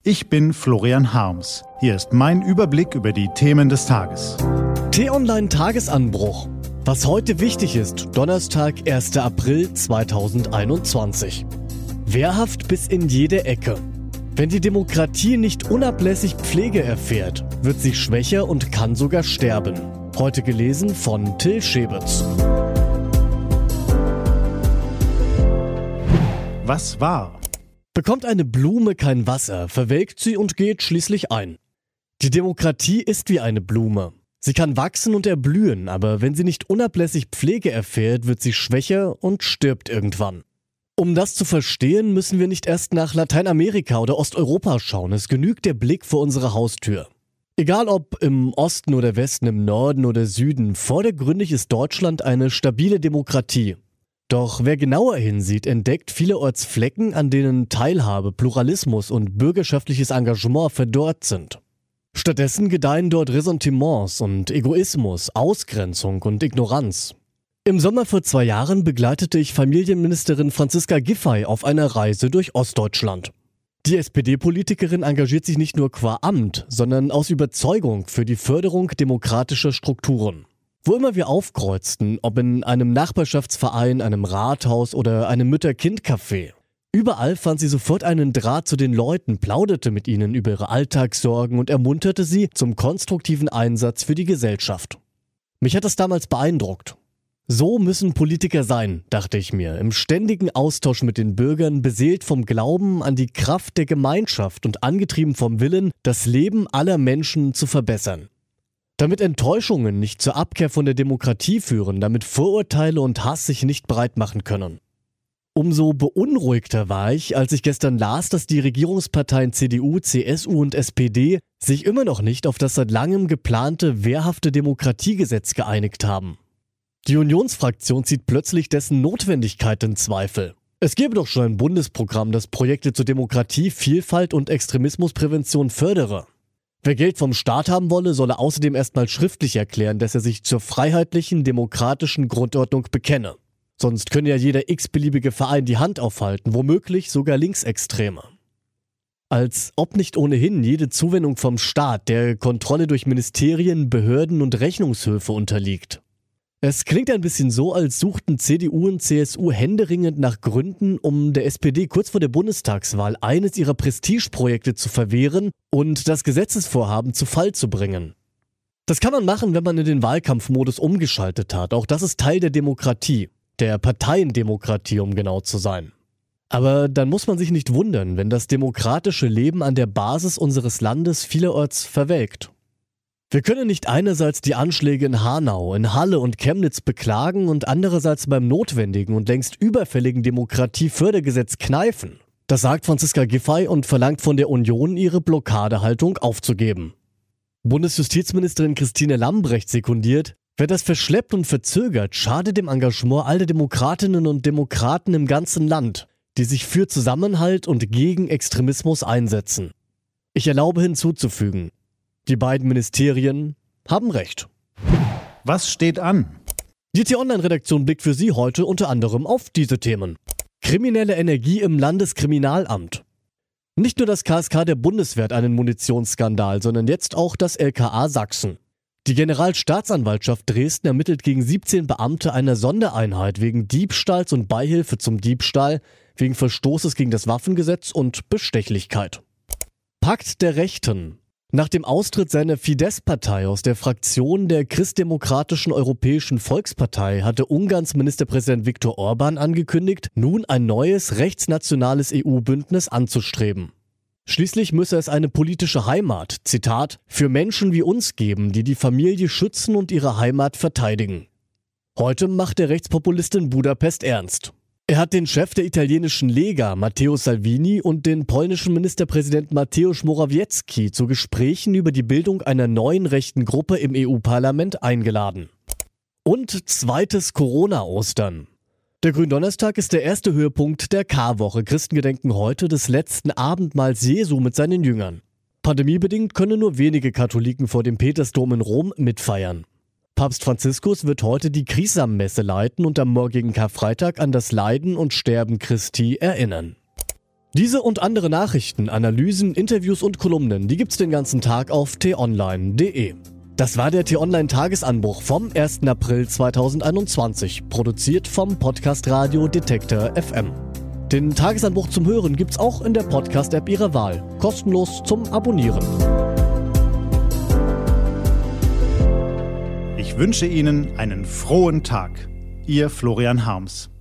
Ich bin Florian Harms. Hier ist mein Überblick über die Themen des Tages. T-Online Tagesanbruch. Was heute wichtig ist, Donnerstag, 1. April 2021. Wehrhaft bis in jede Ecke. Wenn die Demokratie nicht unablässig Pflege erfährt, wird sie schwächer und kann sogar sterben. Heute gelesen von Till Schäbitz. Was war? Bekommt eine Blume kein Wasser, verwelkt sie und geht schließlich ein. Die Demokratie ist wie eine Blume. Sie kann wachsen und erblühen, aber wenn sie nicht unablässig Pflege erfährt, wird sie schwächer und stirbt irgendwann. Um das zu verstehen, müssen wir nicht erst nach Lateinamerika oder Osteuropa schauen. Es genügt der Blick vor unsere Haustür. Egal ob im Osten oder Westen, im Norden oder Süden, vordergründig ist Deutschland eine stabile Demokratie. Doch wer genauer hinsieht, entdeckt vielerorts Flecken, an denen Teilhabe, Pluralismus und bürgerschaftliches Engagement verdorrt sind. Stattdessen gedeihen dort Ressentiments und Egoismus, Ausgrenzung und Ignoranz. Im Sommer vor 2 Jahren begleitete ich Familienministerin Franziska Giffey auf einer Reise durch Ostdeutschland. Die SPD-Politikerin engagiert sich nicht nur qua Amt, sondern aus Überzeugung für die Förderung demokratischer Strukturen. Wo immer wir aufkreuzten, ob in einem Nachbarschaftsverein, einem Rathaus oder einem Mütter-Kind-Café, überall fand sie sofort einen Draht zu den Leuten, plauderte mit ihnen über ihre Alltagssorgen und ermunterte sie zum konstruktiven Einsatz für die Gesellschaft. Mich hat das damals beeindruckt. So müssen Politiker sein, dachte ich mir, im ständigen Austausch mit den Bürgern, beseelt vom Glauben an die Kraft der Gemeinschaft und angetrieben vom Willen, das Leben aller Menschen zu verbessern. Damit Enttäuschungen nicht zur Abkehr von der Demokratie führen, damit Vorurteile und Hass sich nicht breit machen können. Umso beunruhigter war ich, als ich gestern las, dass die Regierungsparteien CDU, CSU und SPD sich immer noch nicht auf das seit langem geplante wehrhafte Demokratiegesetz geeinigt haben. Die Unionsfraktion zieht plötzlich dessen Notwendigkeit in Zweifel. Es gäbe doch schon ein Bundesprogramm, das Projekte zur Demokratie, Vielfalt und Extremismusprävention fördere. Wer Geld vom Staat haben wolle, solle außerdem erstmal schriftlich erklären, dass er sich zur freiheitlichen, demokratischen Grundordnung bekenne. Sonst könne ja jeder x-beliebige Verein die Hand aufhalten, womöglich sogar Linksextreme. Als ob nicht ohnehin jede Zuwendung vom Staat der Kontrolle durch Ministerien, Behörden und Rechnungshöfe unterliegt. Es klingt ein bisschen so, als suchten CDU und CSU händeringend nach Gründen, um der SPD kurz vor der Bundestagswahl eines ihrer Prestigeprojekte zu verwehren und das Gesetzesvorhaben zu Fall zu bringen. Das kann man machen, wenn man in den Wahlkampfmodus umgeschaltet hat. Auch das ist Teil der Demokratie, der Parteiendemokratie, um genau zu sein. Aber dann muss man sich nicht wundern, wenn das demokratische Leben an der Basis unseres Landes vielerorts verwelkt. Wir können nicht einerseits die Anschläge in Hanau, in Halle und Chemnitz beklagen und andererseits beim notwendigen und längst überfälligen Demokratiefördergesetz kneifen. Das sagt Franziska Giffey und verlangt von der Union, ihre Blockadehaltung aufzugeben. Bundesjustizministerin Christine Lambrecht sekundiert: Wer das verschleppt und verzögert, schadet dem Engagement aller Demokratinnen und Demokraten im ganzen Land, die sich für Zusammenhalt und gegen Extremismus einsetzen. Ich erlaube hinzuzufügen: Die beiden Ministerien haben recht. Was steht an? Die T-Online-Redaktion blickt für Sie heute unter anderem auf diese Themen. Kriminelle Energie im Landeskriminalamt. Nicht nur das KSK der Bundeswehr hat einen Munitionsskandal, sondern jetzt auch das LKA Sachsen. Die Generalstaatsanwaltschaft Dresden ermittelt gegen 17 Beamte einer Sondereinheit wegen Diebstahls und Beihilfe zum Diebstahl, wegen Verstoßes gegen das Waffengesetz und Bestechlichkeit. Pakt der Rechten. Nach dem Austritt seiner Fidesz-Partei aus der Fraktion der Christdemokratischen Europäischen Volkspartei hatte Ungarns Ministerpräsident Viktor Orbán angekündigt, nun ein neues rechtsnationales EU-Bündnis anzustreben. Schließlich müsse es eine politische Heimat, Zitat, für Menschen wie uns geben, die die Familie schützen und ihre Heimat verteidigen. Heute macht der Rechtspopulist in Budapest ernst. Er hat den Chef der italienischen Lega, Matteo Salvini, und den polnischen Ministerpräsident Mateusz Morawiecki zu Gesprächen über die Bildung einer neuen rechten Gruppe im EU-Parlament eingeladen. Und zweites Corona-Ostern. Der Gründonnerstag ist der erste Höhepunkt der Karwoche. Christen gedenken heute des letzten Abendmahls Jesu mit seinen Jüngern. Pandemiebedingt können nur wenige Katholiken vor dem Petersdom in Rom mitfeiern. Papst Franziskus wird heute die Chrisam-Messe leiten und am morgigen Karfreitag an das Leiden und Sterben Christi erinnern. Diese und andere Nachrichten, Analysen, Interviews und Kolumnen, die gibt's den ganzen Tag auf t-online.de. Das war der T-Online-Tagesanbruch vom 1. April 2021, produziert vom Podcast Radio Detektor FM. Den Tagesanbruch zum Hören gibt's auch in der Podcast-App Ihrer Wahl, kostenlos zum Abonnieren. Ich wünsche Ihnen einen frohen Tag. Ihr Florian Harms.